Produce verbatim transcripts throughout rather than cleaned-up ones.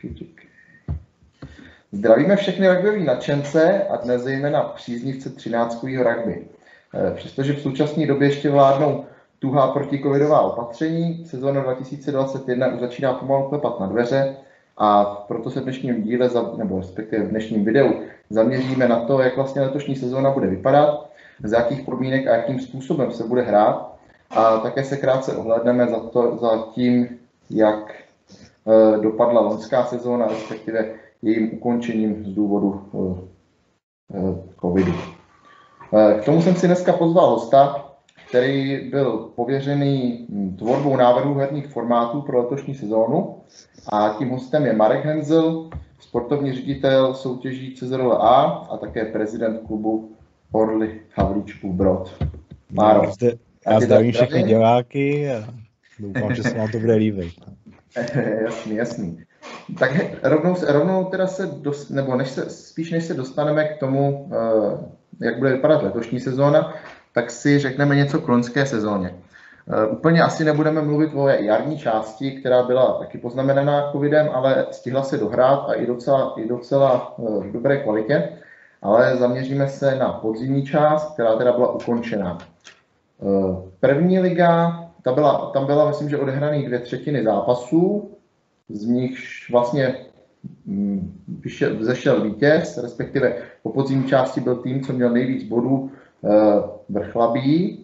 Zdravíme všechny rugbyový nadšence a dnes zejména příznivce třináctkového rugby. Přestože v současné době ještě vládnou tuhá protikovidová opatření, sezóna dva tisíce dvacet jedna už začíná pomalu klepat na dveře a proto se v dnešním díle, nebo respektive v dnešním videu, zaměříme na to, jak vlastně letošní sezóna bude vypadat, z jakých podmínek a jakým způsobem se bude hrát a také se krátce ohlédneme za, to, za tím, jak e, dopadla loňská sezóna, respektive jejím ukončením z důvodu e, e, covidu. E, k tomu jsem si dneska pozval hosta, který byl pověřený tvorbou návrhů herních formátů pro letošní sezónu. A tím hostem je Marek Henzel, sportovní ředitel soutěží C Z L A a také prezident klubu Orly Havlíčkův Brod. Máro. Já zdravím všechny diváky a doufám, že se vám to bude líbit. Jasný, jasný. Tak rovnou, rovnou teda se, dost, nebo než se, spíš než se dostaneme k tomu, jak bude vypadat letošní sezóna, tak si řekneme něco k loňské sezóně. Uh, úplně asi nebudeme mluvit o jarní části, která byla taky poznamenaná covidem, ale stihla se dohrát a i docela, i docela uh, v dobré kvalitě. Ale zaměříme se na podzimní část, která teda byla ukončena. Uh, první liga, ta byla, tam byla, myslím, že odehraný dvě třetiny zápasů, z nichž vlastně um, vzešel vítěz, respektive po podzimní části byl tým, co měl nejvíc bodů, uh, Vrchlabí.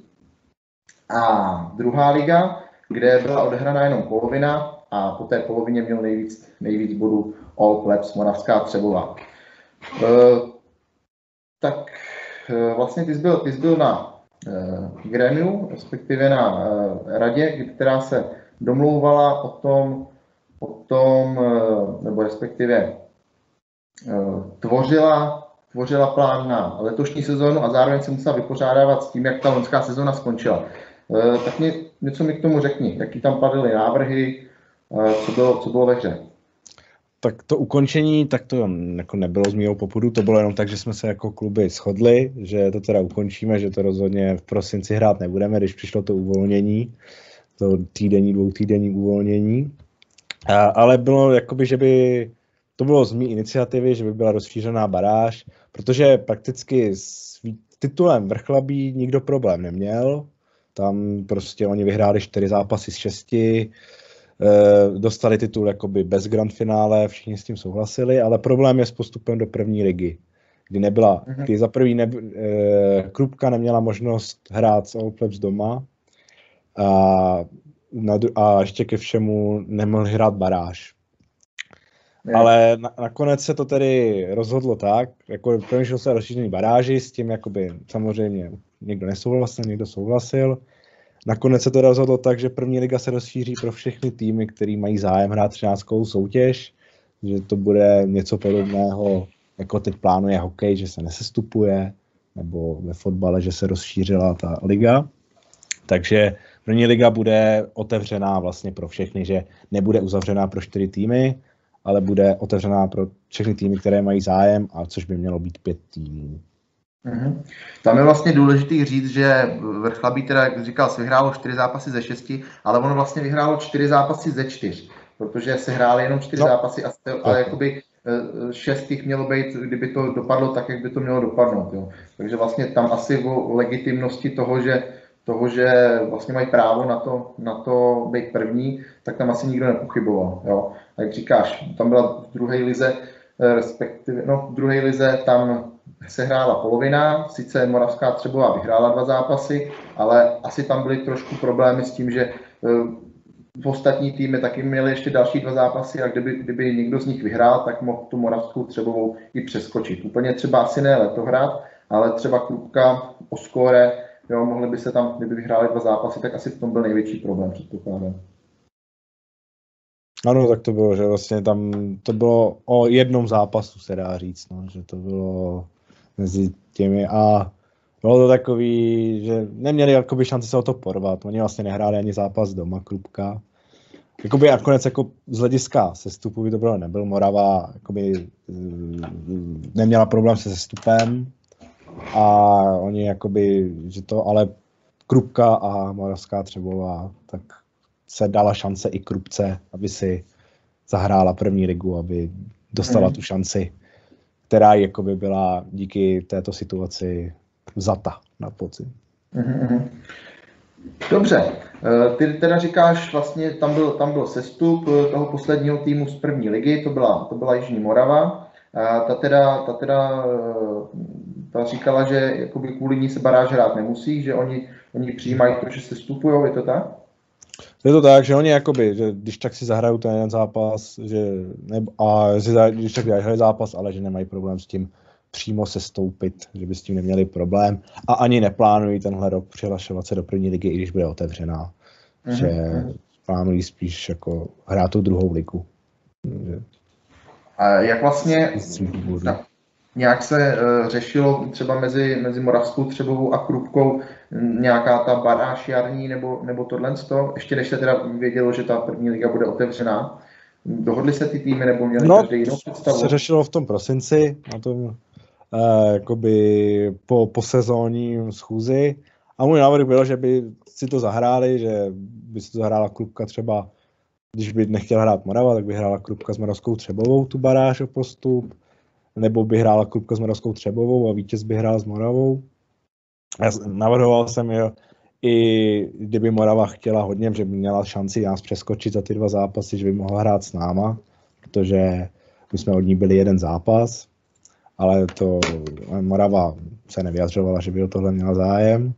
A druhá liga, kde byla odehraná jenom polovina a po té polovině měl nejvíc, nejvíc bodů All Plebs Moravská Třebová. E, tak e, vlastně ty jsi byl, ty jsi byl na e, grémiu, respektive na e, radě, která se domlouvala o tom, o tom e, nebo respektive e, tvořila, tvořila plán na letošní sezónu a zároveň se musela vypořádávat s tím, jak ta loňská sezóna skončila. Tak mě, něco mi k tomu řekni, jaký tam padly návrhy, co bylo, co bylo ve hře. Tak to ukončení, tak to jako nebylo z mýho popudu, to bylo jenom tak, že jsme se jako kluby shodli, že to teda ukončíme, že to rozhodně v prosinci hrát nebudeme, když přišlo to uvolnění, to týdenní, dvoutýdenní uvolnění. A, ale bylo jakoby, že by to bylo z mý iniciativy, že by byla rozšířená baráž, protože prakticky s titulem Vrchlabí nikdo problém neměl. Tam prostě oni vyhráli čtyři zápasy z šesti, e, dostali titul jakoby bez grand finále, všichni s tím souhlasili, ale problém je s postupem do první ligy, kdy nebyla, kdy za první ne, e, Krupka neměla možnost hrát s All Plebs doma a, na, a ještě ke všemu nemohli hrát baráž. Je. Ale na, nakonec se to tedy rozhodlo tak, jako první šlo se rozšířený baráži, s tím jakoby samozřejmě někdo nesouhlasil, někdo souhlasil. Nakonec se to rozhodlo tak, že první liga se rozšíří pro všechny týmy, který mají zájem hrát třináctkovou soutěž, že to bude něco podobného, jako teď plánuje hokej, že se nesestupuje, nebo ve fotbale, že se rozšířila ta liga. Takže první liga bude otevřená vlastně pro všechny, že nebude uzavřená pro čtyři týmy, ale bude otevřená pro všechny týmy, které mají zájem, a což by mělo být pět týmů. Mm-hmm. Tam je vlastně důležitý říct, že Vrchlabí, teda, jak říkal, se vyhrálo čtyři zápasy ze šesti, ale ono vlastně vyhrálo čtyři zápasy ze čtyř, protože se hrály jenom čtyři no. zápasy a, a jakoby šest jich mělo být, kdyby to dopadlo tak, jak by to mělo dopadnout. Jo. Takže vlastně tam asi o legitimnosti toho, že toho, že vlastně mají právo na to, na to být první, tak tam asi nikdo nepochyboval. Jo. A jak říkáš, tam byla v druhé lize, respektive, no v druhé lize tam se hrála polovina, sice Moravská Třebová vyhrála dva zápasy, ale asi tam byly trošku problémy s tím, že v ostatní týmy taky měli ještě další dva zápasy a kdyby, kdyby někdo z nich vyhrál, tak mohl tu Moravskou Třebovou i přeskočit. Úplně třeba asi ne Letohrad, ale třeba Krupka, Oskore, jo, mohli by se tam, kdyby vyhráli dva zápasy, tak asi v tom byl největší problém, předpokládám. Ano, tak to bylo, že vlastně tam to bylo o jednom zápasu, se dá říct, no, že to bylo mezi těmi a bylo to takový, že neměli jakoby šanci se o to porvat, oni vlastně nehráli ani zápas doma, Krupka. Jakoby nakonec jako z hlediska sestupu by to bylo nebyl, Morava jakoby neměla problém se sestupem a oni jakoby, že to, ale Krupka a Moravská Třebová, tak se dala šance i Krupce, aby si zahrála první ligu, aby dostala mm. tu šanci, která jakoby byla díky této situaci vzata na podzim. Mm-hmm. Dobře, ty teda říkáš, vlastně tam byl, tam byl sestup toho posledního týmu z první ligy, to byla, to byla Jižní Morava. A ta teda, ta teda ta říkala, že jakoby kvůli ní se baráž hrát nemusí, že oni, oni přijímají to, že sestupujou, je to tak? Je to tak, že oni jakoby, že když tak si zahrajou ten jeden zápas, že ne, a že když tak hrají zápas, ale že nemají problém s tím přímo sestoupit, že by s tím neměli problém a ani neplánují tenhle rok přihlašovat se do první ligy, i když bude otevřená. Mm-hmm. Že plánují spíš jako hrát tu druhou ligu. Že... A jak vlastně tak, nějak se uh, řešilo třeba mezi, mezi Moravskou Třebovou a Krupkou nějaká ta baráž jarní nebo, nebo tohle z toho? Ještě než se teda vědělo, že ta první liga bude otevřená. Dohodli se ty týmy nebo měli no, každý jinou představu? Se řešilo v tom prosinci, na tom Uh, jakoby po, po sezónním schůzi a můj návrh byl, že by si to zahráli, že by si to zahrála Krupka třeba, když by nechtěla hrát Morava, tak by hrála Krupka s Moravskou Třebovou tu baráž o postup, nebo by hrála Krupka s Moravskou Třebovou a vítěz by hrál s Moravou. Já navrhoval jsem, jo, i kdyby Morava chtěla hodně, že by měla šanci nás přeskočit za ty dva zápasy, že by mohla hrát s náma, protože my jsme od ní byli jeden zápas, ale to Morava se nevyjadřovala, že by o tohle měla zájem.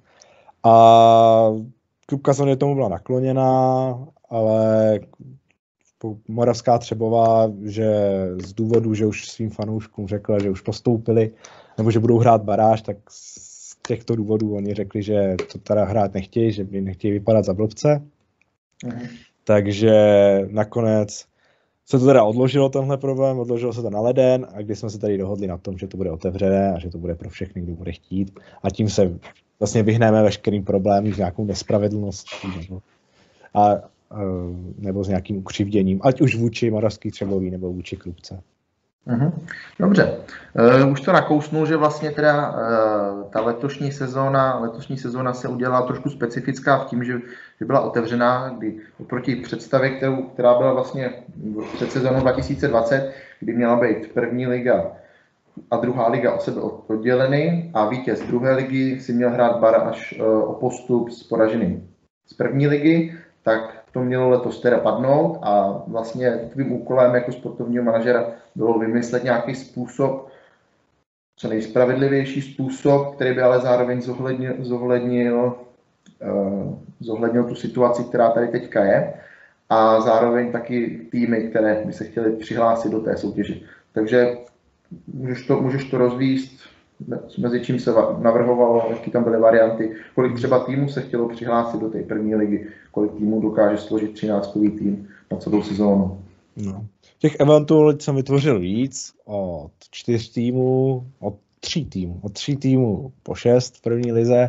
A Krupka samozřejmě tomu byla nakloněná, ale Moravská Třebová, že z důvodu, že už svým fanouškům řekla, že už postoupili, nebo že budou hrát baráž, tak z těchto důvodů oni řekli, že to teda hrát nechtějí, že by nechtějí vypadat za blbce. Mhm. Takže nakonec se to teda odložilo, tenhle problém, odložilo se to na leden a když jsme se tady dohodli na tom, že to bude otevřené a že to bude pro všechny, kdo bude chtít a tím se vlastně vyhneme veškerým problémům s nějakou nespravedlností nebo, a, nebo s nějakým ukřivděním, ať už vůči Moravský Třebový nebo vůči Krupce. Uhum. Dobře, uh, už to nakousnul, že vlastně teda uh, ta letošní sezóna, letošní sezóna se udělala trošku specifická v tím, že, že byla otevřená, kdy oproti představě, kterou, která byla vlastně před sezónou dva tisíce dvacet, kdy měla být první liga a druhá liga od sebe odděleny a vítěz druhé ligy si měl hrát baráž uh, o postup s poraženým z první ligy, tak to mělo letos teda padnout a vlastně tvým úkolem jako sportovního manažera bylo vymyslet nějaký způsob, co nejspravedlivější způsob, který by ale zároveň zohlednil, zohlednil, uh, zohlednil tu situaci, která tady teďka je a zároveň taky týmy, které by se chtěly přihlásit do té soutěže. Takže můžeš to, můžeš to rozvíst, mezi čím se navrhovalo, jaké tam byly varianty, kolik třeba týmů se chtělo přihlásit do té první ligy, kolik týmů dokáže složit třináctkový tým na celou sezónu. No. Těch eventů jsem vytvořil víc, od čtyř týmů, od tří týmů, od tří týmů po šest v první lize.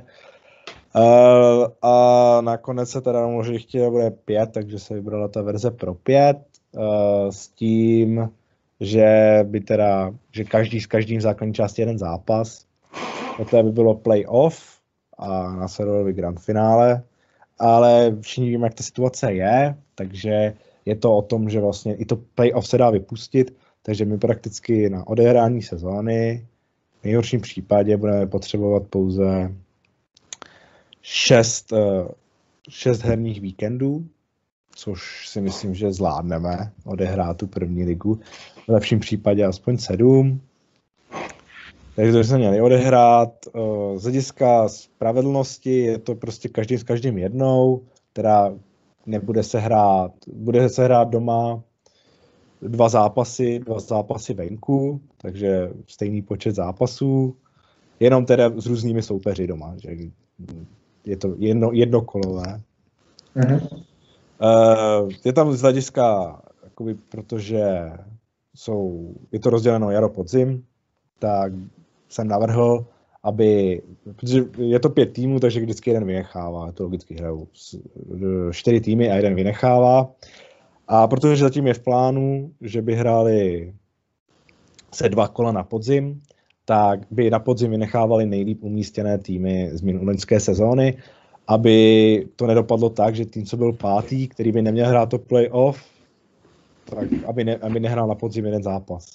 Uh, a nakonec se teda možná chtěla bude pět, takže se vybrala ta verze pro pět, uh, s tím, že by teda, že každý s každým v základní části jeden zápas, poté by bylo playoff a následovalo by grand finále, ale všichni víme, jak ta situace je, takže je to o tom, že vlastně i to playoff se dá vypustit, takže my prakticky na odehrání sezóny v nejhorším případě budeme potřebovat pouze šest, šest herních víkendů, což si myslím, že zvládneme odehrát tu první ligu. V lepším případě aspoň sedm. Takže to bychom měli odehrát. Z hlediska spravedlnosti je to prostě každý s každým jednou, která nebude se hrát, bude se hrát doma dva zápasy, dva zápasy venku, takže stejný počet zápasů, jenom teda s různými soupeři doma, že je to jedno, jednokolové. Mm-hmm. Uh, je tam z hlediska, jakoby, protože jsou, je to rozděleno jaro podzim, tak jsem navrhl, aby, protože je to pět týmů, takže vždycky jeden vynechává, to logicky hrajou čtyři týmy a jeden vynechává. A protože zatím je v plánu, že by hráli se dva kola na podzim, tak by na podzim vynechávali nejlíp umístěné týmy z minulé sezóny, aby to nedopadlo tak, že tým, co byl pátý, který by neměl hrát to playoff, tak aby, ne, aby nehrál na podzim jeden zápas.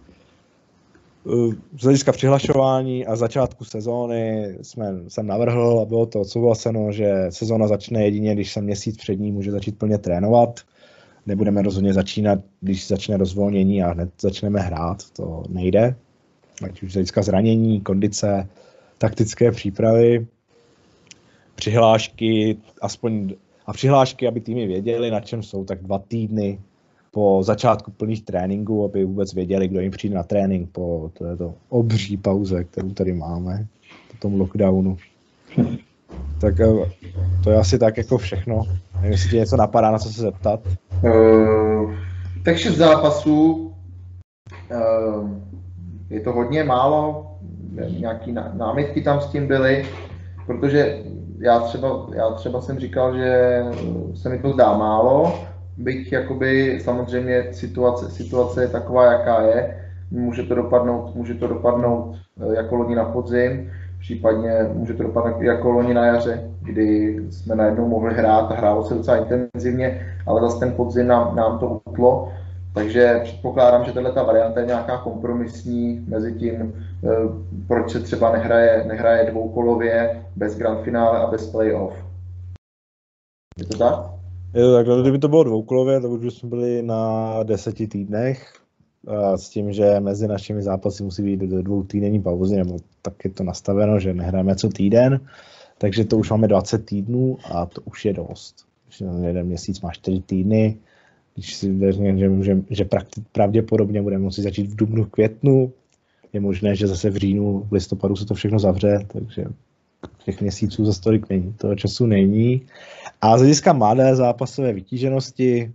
Z hlediska přihlašování a začátku sezóny jsme, jsem navrhl a bylo to odsouhlaseno, že sezóna začne jedině, když se měsíc před ní může začít plně trénovat. Nebudeme rozhodně začínat, když začne rozvolnění a hned začneme hrát, to nejde. Ať už z hlediska zranění, kondice, taktické přípravy, přihlášky, aspoň a přihlášky, aby týmy věděli, na čem jsou, tak dva týdny po začátku plných tréninků, aby vůbec věděli, kdo jim přijde na trénink po této obří pauze, kterou tady máme, po tom lockdownu. Tak to je asi tak jako všechno. Nevím, jestli ti něco napadá, na co se zeptat. Uh, tak šest zápasů, uh, je to hodně málo, nějaký námitky tam s tím byly, protože já třeba, já třeba jsem říkal, že se mi to zdá málo, byť jakoby samozřejmě situace, situace je taková, jaká je, může to dopadnout, může to dopadnout jako loni na podzim, případně může to dopadnout jako loni na jaře, kdy jsme najednou mohli hrát a hrálo se docela intenzivně, ale zase ten podzim nám, nám to utlo. Takže předpokládám, že tato varianta je nějaká kompromisní mezi tím, proč se třeba nehraje, nehraje dvoukolově, bez grand finále a bez playoff. Je to tak? Jo, tak kdyby to bylo dvoukolově, tak už jsme byli na deseti týdnech. A s tím, že mezi našimi zápasy musí být do dvou týdenní pauzy, nebo tak je to nastaveno, že nehráme co týden. Takže to už máme dvacet týdnů a to už je dost. Když jeden měsíc má čtyři týdny, když si věřím, že, že, že pravděpodobně budeme muset začít v dubnu, v květnu, je možné, že zase v říjnu, v listopadu se to všechno zavře, takže těch měsíců za tolik není, toho času není. A z hlediska mladé zápasové vytíženosti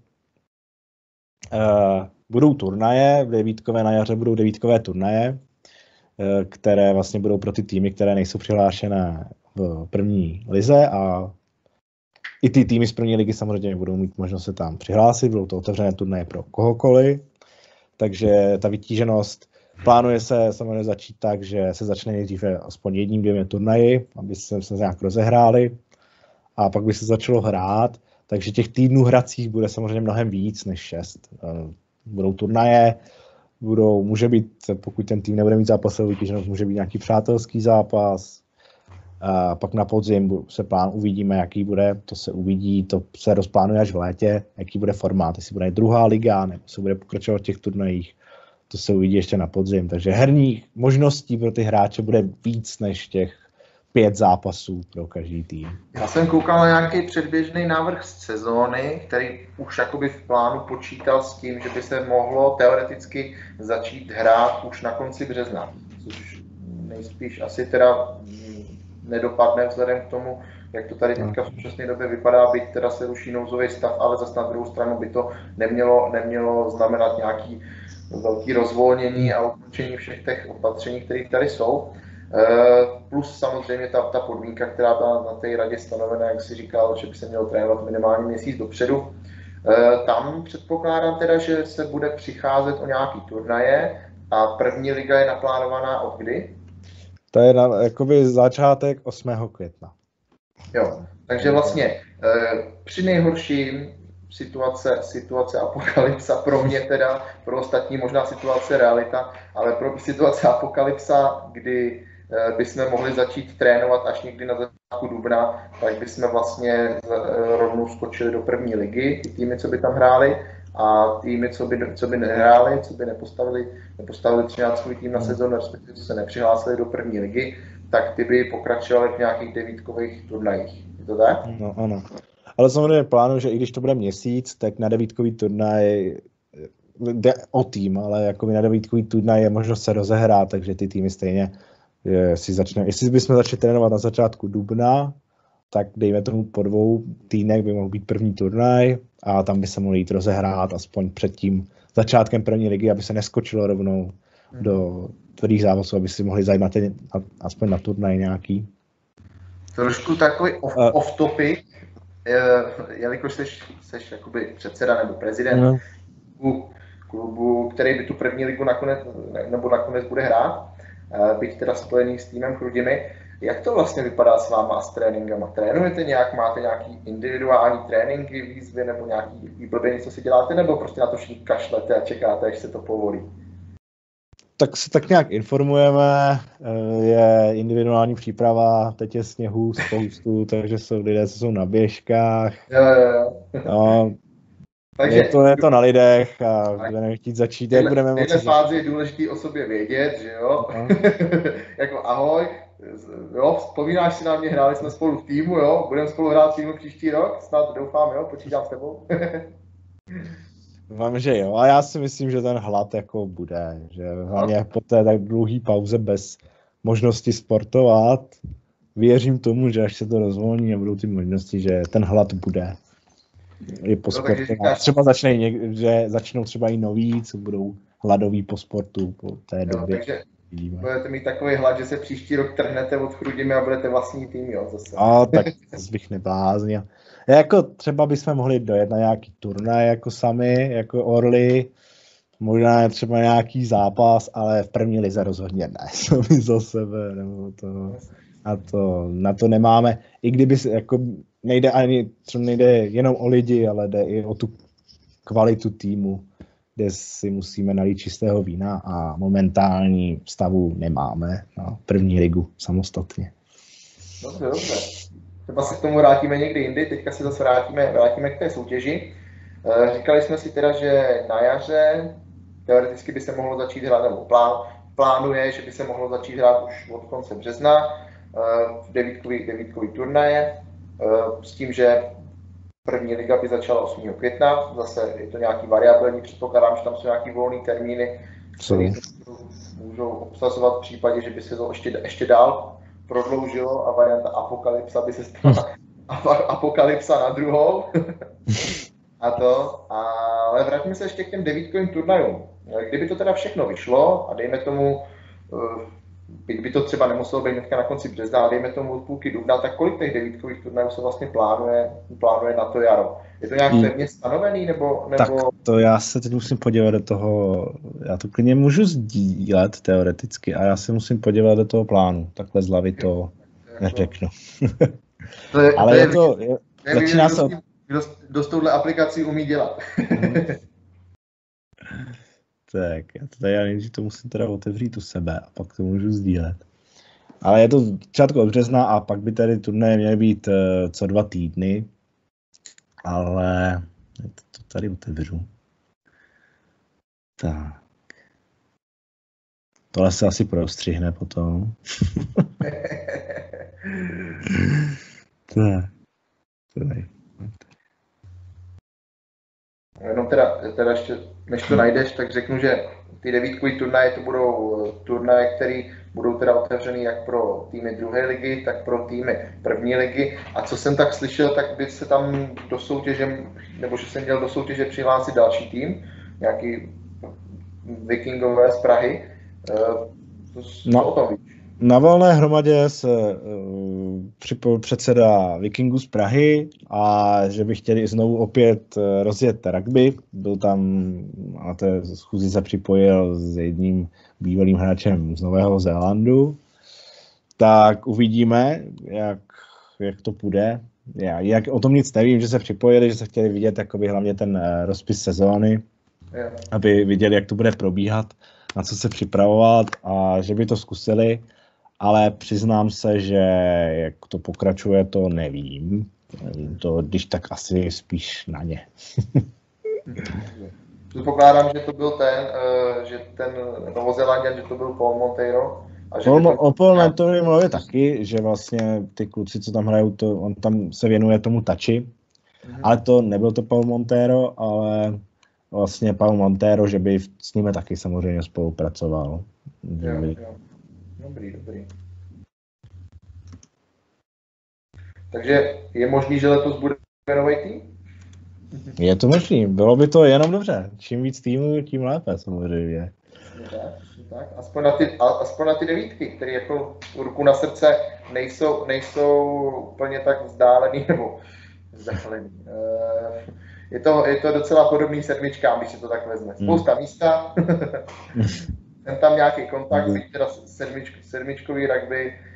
uh, budou turnaje, devítkové na jaře budou devítkové turnaje, uh, které vlastně budou pro ty týmy, které nejsou přihlášené v první lize a i ty týmy z první ligy samozřejmě budou mít možnost se tam přihlásit, budou to otevřené turnaje pro kohokoliv, takže ta vytíženost plánuje se samozřejmě začít tak, že se začne nejdříve aspoň jedním, dvěmi turnaji, aby se, se nějak rozehráli a pak by se začalo hrát, takže těch týdnů hracích bude samozřejmě mnohem víc než šest. Budou turnaje, budou, může být, pokud ten tým nebude mít zápasovou vytíženost, může být nějaký přátelský zápas, a pak na podzim se plán, uvidíme, jaký bude, to se uvidí, to se rozplánuje až v létě, jaký bude formát, jestli bude druhá liga, nebo se bude pokračovat v těch turnajích, to se uvidí ještě na podzim, takže herních možností pro ty hráče bude víc než těch pět zápasů pro každý tým. Já jsem koukal na nějaký předběžný návrh z sezóny, který už jakoby v plánu počítal s tím, že by se mohlo teoreticky začít hrát už na konci března, což nejspíš asi teda nedopadne vzhledem k tomu, jak to tady teďka v současné době vypadá, byť teda se ruší nouzový stav, ale zase na druhou stranu by to nemělo, nemělo znamenat nějaký velký rozvolnění a ukončení všech těch opatření, které tady jsou. Plus samozřejmě ta, ta podmínka, která byla na té radě stanovena, jak si říkal, že by se mělo trénovat minimálně měsíc dopředu. Tam předpokládám teda, že se bude přicházet o nějaký turnaje a první liga je naplánovaná od kdy? To je na, jakoby začátek osmého května. Jo, takže vlastně při nejhorším situace, situace apokalypsa, pro mě teda, pro ostatní možná situace realita, ale pro situace apokalypsa, kdy bychom mohli začít trénovat až někdy na začátku dubna, tak bychom vlastně rovnou skočili do první ligy, ty týmy, co by tam hráli, a týmy, co by, co by nehráli, co by nepostavili, nepostavili třináctkový tým na sezónu, respektive co se nepřihlásili do první ligy, tak ty by pokračovaly v nějakých devítkových turnajích. Je to tak? No, ano. Ale samozřejmě plánuju, že i když to bude měsíc, tak na devítkový turnaj jde o tým, ale jako na devítkový turnaj je možnost se rozehrát, takže ty týmy stejně si začne, jestli bychom začali trénovat na začátku dubna, tak dejme tomu po dvou týdnech by mohl být první turnaj a tam by se mohli jít rozehrát aspoň před tím začátkem první ligy, aby se neskočilo rovnou hmm. do tvrdých zápasů, aby si mohli zajít na ten, aspoň na turnaj nějaký. Trošku takový off, uh, off topic, jelikož seš, seš jakoby předseda nebo prezident no. klubu, klubu, který by tu první ligu nakonec, nebo nakonec bude hrát, byť teda spojený s týmem Chrudimi. Jak to vlastně vypadá s váma a s tréninkama? Trénujete nějak, máte nějaký individuální tréninky, výzvy nebo nějaký výblbění, co si děláte, nebo prostě na to všichni kašlete a čekáte, až se to povolí? Tak se tak nějak informujeme, je individuální příprava, teď je sněhu spoustu, takže jsou lidé, co jsou na běžkách. Jo, jo, jo. No, takže je to, je to na lidech a budeme chtít začít, jak budeme moci. V této fázi je důležité o sobě vědět, že jo? No. Jako ahoj, jo, vzpomínáš si na mě, hráli jsme spolu v týmu, jo? Budeme spolu hrát v týmu příští rok, snad doufám, jo? Počítám s tebou. Vám, že jo, a já si myslím, že ten hlad jako bude, že hlavně po té tak dlouhé pauze bez možnosti sportovat, věřím tomu, že až se to rozvolní a budou ty možnosti, že ten hlad bude. Je po no, sportu. Říkáš... Třeba začne něk... že začnou třeba i noví, co budou hladoví po sportu po té době. No, takže budete mít takový hlad, že se příští rok trhnete od Chrudimi a budete vlastní tým, jo, zase. A tak zase bych nebláznil. Jako třeba bychom mohli dojet na nějaký turnaj jako sami, jako Orly, možná třeba nějaký zápas, ale v první lize rozhodně ne, sami za sebe, nebo to, a to, na to nemáme. I kdyby se, jako nejde ani, třeba nejde jenom o lidi, ale jde i o tu kvalitu týmu, kde si musíme nalít čistého vína a momentální stavu nemáme na první ligu samostatně. Dobře, dobře. Třeba se k tomu vrátíme někdy jindy, teďka se zase vrátíme, vrátíme k té soutěži. Říkali jsme si teda, že na jaře teoreticky by se mohlo začít hrát, nebo plán, plánuje, že by se mohlo začít hrát už od konce března v devítkový, devítkový turnaje, s tím, že první liga by začala osmého května, zase je to nějaký variabilní, předpokládám, že tam jsou nějaký volný termíny, které můžou obsazovat v případě, že by se to ještě, ještě dál prodloužilo a varianta apokalypsa by se stala apokalypsa na druhou. A to, ale vrátíme se ještě k těm devítkovým turnajům. Kdyby to teda všechno vyšlo a dejme tomu, byť by to třeba nemuselo být hnedka na konci března, ale dejme tomu od půlky dubna, tak kolik těch devítkových turnajů se vlastně plánuje, plánuje na to jaro? Je to nějak pevně stanovený, nebo, nebo... Tak to já se teď musím podívat do toho, já to klidně můžu sdílet teoreticky a já se musím podívat do toho plánu, takhle z hlavy to neřeknu. To je, ale to je, je to, je, je, začíná se... Kdo, kdo s touhle aplikací umí dělat. Tak, já to tady já nejdřív to musím teda otevřít u sebe a pak to můžu sdílet. Ale je to začátku od března a pak by tady turnaje měly být uh, co dva týdny. Ale to, to tady otevřu. Tak. Tohle se asi prostřihne potom. tak. Tady. Jenom teda, teda ještě, než to najdeš, tak řeknu, že ty devítkový turnaje to budou turnaje, které budou teda otevřený jak pro týmy druhé ligy, tak pro týmy první ligy. A co jsem tak slyšel, tak by se tam do soutěže, nebo že jsem měl do soutěže přihlásit další tým, nějaký Vikingové z Prahy. Co, co no. o tom víš? Na valné hromadě se uh, připojil předseda Vikingů z Prahy a že by chtěli znovu opět rozjet rugby. Byl tam na té schůzi se připojil s jedním bývalým hráčem z Nového Zélandu. Tak uvidíme, jak, jak to půjde. Já jak, o tom nic nevím, že se připojili, že se chtěli vidět jakoby hlavně ten rozpis sezóny, yeah. aby viděli, jak to bude probíhat, na co se připravovat a že by to zkusili. Ale přiznám se, že jak to pokračuje, to nevím. To, když tak asi spíš na ně. Předpokládám, že to byl ten, že ten Novozélanďan, že to byl Paul Monteiro. A že Paul, to... O Paul Monteiro mluví taky, že vlastně ty kluci, co tam hrajou, to, on tam se věnuje tomu tači. Mm-hmm. Ale to nebyl to Paul Monteiro, ale vlastně Paul Monteiro, že by s nimi taky samozřejmě spolupracoval. Jo, jo. Dobrý, dobrý. Takže je možný, že letos bude nový tým? Je to možný, bylo by to jenom dobře. Čím víc týmů, tím lépe samozřejmě. Tak, tak. Aspoň, na ty, aspoň na ty devítky, které jako ruku na srdce nejsou, nejsou úplně tak vzdálený, nebo vzdálený. Je to, je to docela podobný sedmičkám, když se to tak vezme. Spousta hmm. místa, ten tam nějaký kontakt, mm. teda sedmičko, sedmičkový rugby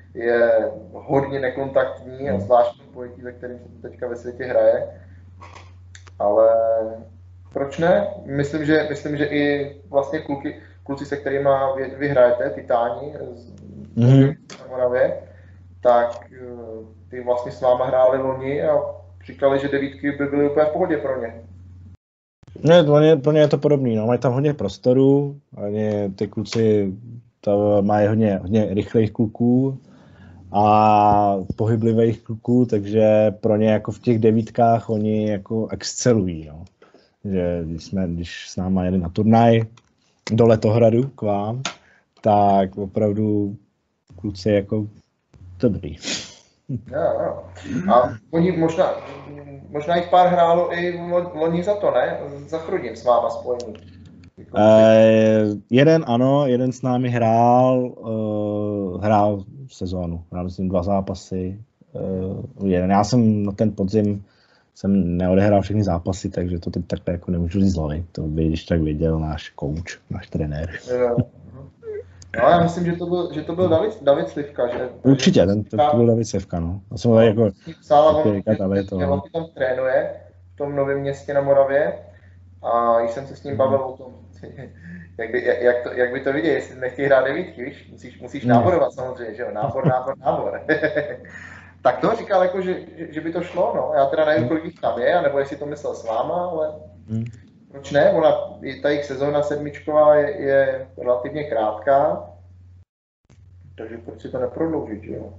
je hodně nekontaktní a zvláštní pojetí, ve kterém se teďka ve světě hraje. Ale proč ne? Myslím, že, myslím, že i vlastně kluky, kluci, se kterými vy, vy hrajete, Titáni z mm-hmm. Moravě, tak ty vlastně s váma hráli loni a říkali, že devítky by byly úplně v pohodě pro ně. Ne, pro ně, pro ně je to podobný, no. Mají tam hodně prostoru, oni, ty kluci tam mají hodně, hodně rychlých kluků a pohyblivých kluků, takže pro ně jako v těch devítkách oni jako excelují, no. Že když jsme, když s náma jeli na turnaj do Letohradu k vám, tak opravdu kluci jako dobrý. Jo, jo. A oni možná, možná jich pár hrálo i loni za to, ne? Za Chrudim s váma spojení. Eh, jeden ano, jeden s námi hrál, uh, hrál sezónu, hrál myslím dva zápasy. Uh, jeden. Já jsem na ten podzim jsem neodehrál všechny zápasy, takže to teď takhle jako nemůžu říct z hlavy. To by když tak věděl náš coach, náš trenér. Jo. No, já myslím, že to byl, že to byl David, David Slivka, že? Určitě, ten, to, to byl David Slivka, no. Já jsem no, jako... Psala, on, říkat, ale to... on tam trénuje v tom Novém Městě na Moravě a když jsem se s ním bavil o tom, jak by, jak, to, jak by to viděl, jestli nechtějí hrát devítky, víš? Musíš, musíš náborovat samozřejmě, že jo? Nábor, nábor, nábor. Tak to říkal, jako, že, že by to šlo, no. Já teda nevím, kolik jich tam je, nebo jestli to myslel s váma, ale hmm. proč ne? Ona, ta jejich sezóna sedmičková je, je relativně krátká, takže proč si to neprodloužit, jo?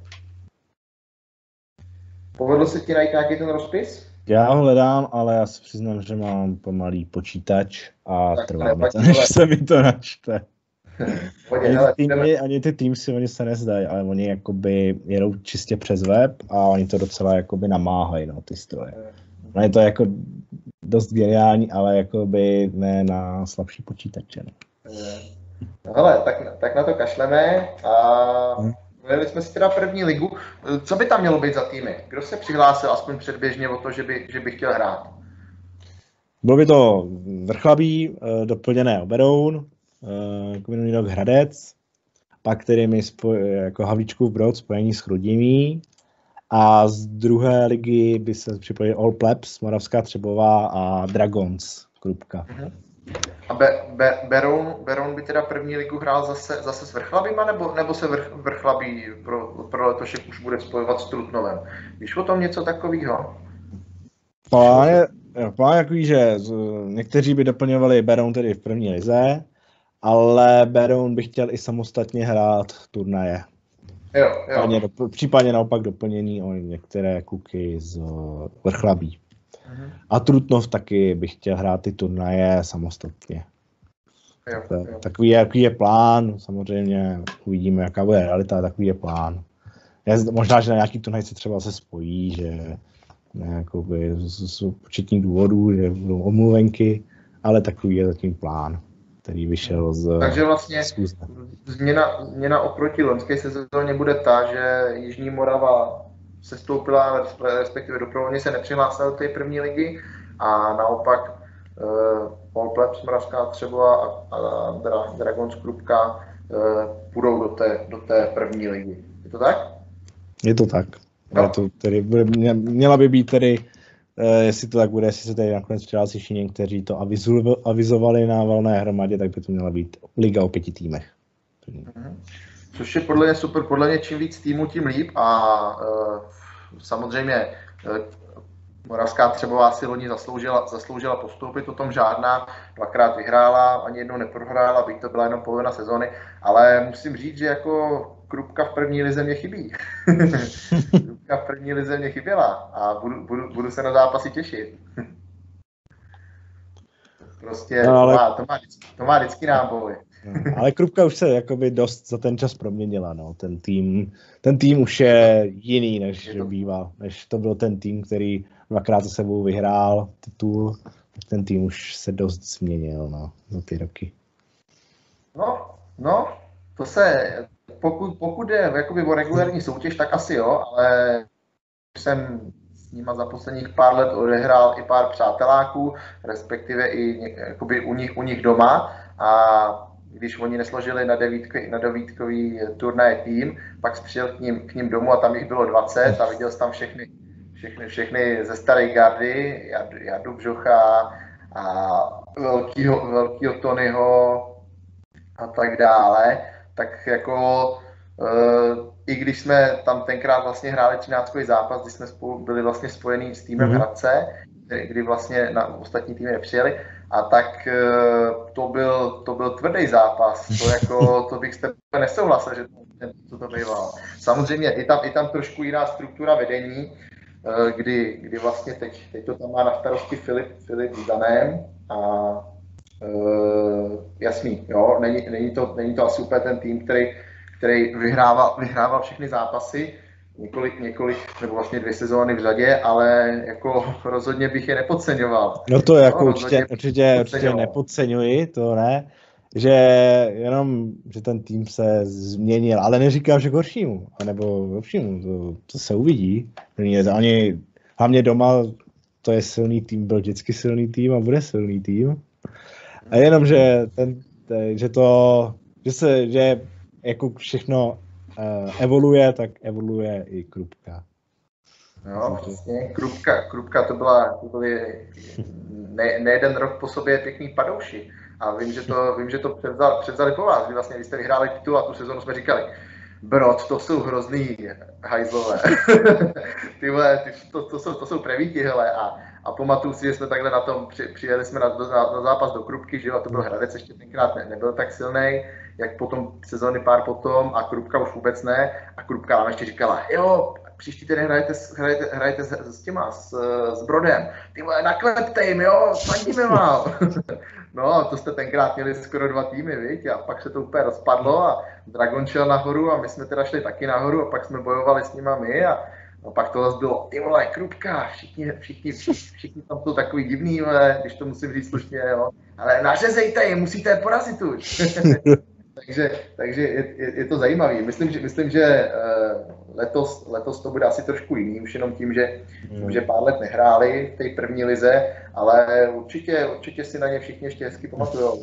Povedlo se ti najít nějaký ten rozpis? Já ho hledám, ale já si přiznám, že mám pomalý počítač a tak trvá mi to, než se mi to načte. Ani ty, týmy, ani ty týmsy, oni se nezdají, ale oni jakoby jedou čistě přes web a oni to docela jakoby namáhají, no, ty stroje. No, je to jako dost geniální, ale jakoby ne na slabší počítače. No. No hele, tak, tak na to kašleme a hmm. Měli jsme si teda první ligu. Co by tam mělo být za týmy? Kdo se přihlásil aspoň předběžně o to, že by, že by chtěl hrát? Bylo by to Vrchlabí, doplněné o Beroun, jako minulý rok Hradec, pak který mi spoj, jako Havlíčkův Brod spojení s Chrudimí a z druhé ligy by se připojili All Plebs, Moravská Třebová a Dragons, Krupka. Uh-huh. A Be, Be, Beroun, Beroun by teda první ligu hrál zase, zase s Vrchlabíma, nebo, nebo se vrch, Vrchlabí pro, pro letošek už bude spojovat s Trutnovem? Víš o tom něco takového? Plán je, plán je takový, že někteří by doplňovali Beroun tedy v první lize, ale Beroun by chtěl i samostatně hrát turnaje. Jo, jo. Případně, případně naopak doplnění o některé kluky z Vrchlabí. Uh-huh. A Trutnov taky by chtěl hrát ty turnaje samostatně. Jo, jo. Takový, je, takový je plán, samozřejmě uvidíme, jaká bude realita, takový je plán. Je, možná, že na nějaký turnaj se třeba se spojí, že ne, jakoby, z, z početních důvodů, že budou omluvenky, ale takový je zatím plán, který vyšel z... Takže vlastně změna, změna oproti loňské sezóně bude ta, že Jižní Morava se stoupila, respektive dobrovolně se nepřihlásila do té první ligy a naopak uh, All Plebs, Moravská Třebová a, a Dra, Dragons Krupka uh, půjdou do té, do té první ligy. Je to tak? Je to tak. No. Je to tedy, mě, měla by být tedy, uh, jestli to tak bude, jestli se tady nakonec přihlásí všichni, kteří to avizu, avizovali na valné hromadě, tak by to měla být liga o pěti týmech. Mm-hmm. Což je podle mě super, podle mě čím víc týmů, tím líp a uh, samozřejmě uh, Moravská Třebová si loni zasloužila, zasloužila postoupit, o tom žádná, dvakrát vyhrála, ani jednou neprohrála, byť to byla jenom polovina sezóny, ale musím říct, že jako Krupka v první lize mě chybí. Krupka v první lize mě chyběla a budu, budu, budu se na zápasy těšit. Prostě no, ale... to, má, to, má, to má vždycky náboj. No, ale Krupka už se jakoby dost za ten čas proměnila, no. Ten tým, ten tým už je jiný, než je to... býval. Než to byl ten tým, který dvakrát za sebou vyhrál titul, tak ten tým už se dost změnil, no, za ty roky. No, no, to se, pokud, pokud je jakoby o regulární soutěž, tak asi jo, ale jsem s nima za posledních pár let odehrál i pár přáteláků, respektive i jakoby u nich, u nich doma a když oni nesložili na, devítkový, na devítkový turnaje tým, pak přijel k ním, k ním domů a tam jich bylo dvacet a viděl jsi tam všechny, všechny, všechny ze staré gardy, Jardu Bžocha a velkýho, velkýho Tonyho a tak dále, tak jako uh, i když jsme tam tenkrát vlastně hráli třináctkový zápas, kdy jsme spolu byli vlastně spojení s týmem mm-hmm. Hradce, kdy, kdy vlastně na ostatní týmy nepřijeli, a tak uh, to byl, to byl tvrdý zápas, to, jako, to bych s tebe nesouhlasil, že to, to bývalo. Samozřejmě i tam, i tam trošku jiná struktura vedení, uh, kdy, kdy vlastně teď, teď to tam má na starosti Filip, Filip s Danem a uh, jasný, jo, není, není, to, není to asi úplně ten tým, který, který vyhrával, vyhrával všechny zápasy, několik, několik, nebo vlastně dvě sezóny v řadě, ale jako rozhodně bych je nepodceňoval. No to jako no, určitě, určitě, určitě nepodceňuji, to ne, že jenom, že ten tým se změnil, ale neříkám, že k horšímu, anebo k lepšímu, to, to se uvidí. Ani, hlavně doma to je silný tým, byl vždycky silný tým a bude silný tým. A jenom, že, ten, že to, že se, že jako všechno uh, evoluje, tak evoluje i Krupka. No, přesně. Krupka, Krupka to byla, to byly ne, ne jeden rok po sobě pěkný padouši. A vím, že to, vím, že to převzal, převzali po vás, kdy vlastně, když jste vyhráli titul a tu sezonu jsme říkali, Brod, to jsou hrozný hajzlové. Ty vole, ty, to, to, jsou, to jsou prevíti, hele. A, a pamatuju si, že jsme takhle na tom, při, přijeli jsme na, na, na zápas do Krupky, že jo, a to byl Hradec, ještě tenkrát ne, nebyl tak silný, jak potom sezóny pár potom, a Krupka už vůbec ne. A Krupka nám ještě říkala, jo, příští týden hrajete, hrajete, hrajete s, s těma, s, s Brodem. Ty vole, naklepte jim, jo, fandíme vám. No, to jste tenkrát měli skoro dva týmy, viď? A pak se to úplně rozpadlo a Dragon šel nahoru a my jsme teda šli taky nahoru a pak jsme bojovali s nima my a, a pak to zase bylo, ty vole, Krupka, všichni, všichni, všichni, všichni tam jsou takový divný, vole, když to musím říct slušně, jo. Ale nařezejte jim, musíte je porazit už. takže takže je, je, je to zajímavý. Myslím, že, myslím, že letos, letos to bude asi trošku jiný, už jenom tím, že, tím, že pár let nehráli v té první lize, ale určitě, určitě si na ně všichni ještě hezky pamatujou.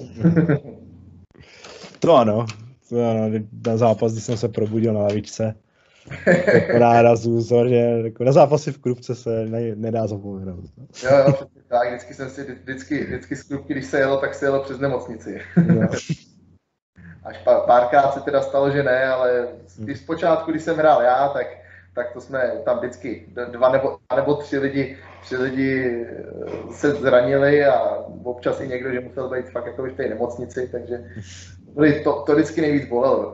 To ano, to ano, na zápas, když jsem se probudil na lavičce, jako nárazu, že jako na zápasy v Krupce se ne, nedá zapomenout. Jo, jo, tak, vždycky jsem si, vždycky, vždycky z Krupky, když se jelo, tak se jelo přes nemocnici. Až párkrát se teda stalo, že ne, ale když zpočátku, když jsem hrál já, tak, tak to jsme tam vždycky dva nebo, dva nebo tři lidi, tři lidi se zranili a občas i někdo, že musel být fakt jako v té nemocnici, takže to, to vždycky nejvíc bolelo.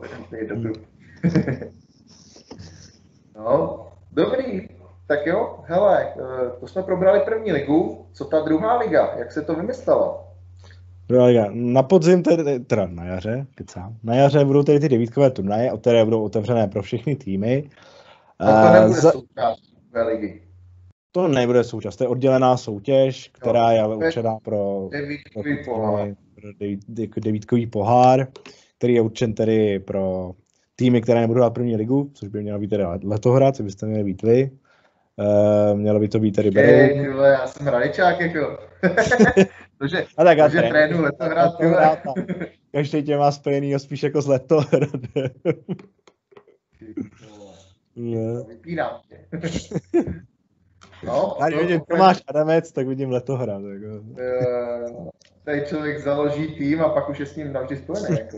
No, dobrý. Tak jo, hele, to jsme probrali první ligu, co ta druhá liga, jak se to vymyslelo? Na podzim, tedy, teda na jaře, kecám, na jaře budou tady ty devítkové turnaje, které budou otevřené pro všechny týmy. No to nebude Za... součást ligy. To nebude součást, to je oddělená soutěž, která je ale určená pro devítkový pohár. Pro devítkový pohár, který je určen tedy pro týmy, které nebudou hrát první ligu, což by mělo být tedy Letohrad, co byste měli být vy. Uh, mělo by to být tady Beroun. Já jsem hraničák, jako. Protože, a tak protože trénu Letohrad, každý tě má spojenýho spíš jako s Letohradem. No. Vypínám tě. No, a když vidím Tomáš Adamec, tak vidím Letohrad. Jako. Uh, tady člověk založí tým a pak už je s ním navždy spojený. Jako.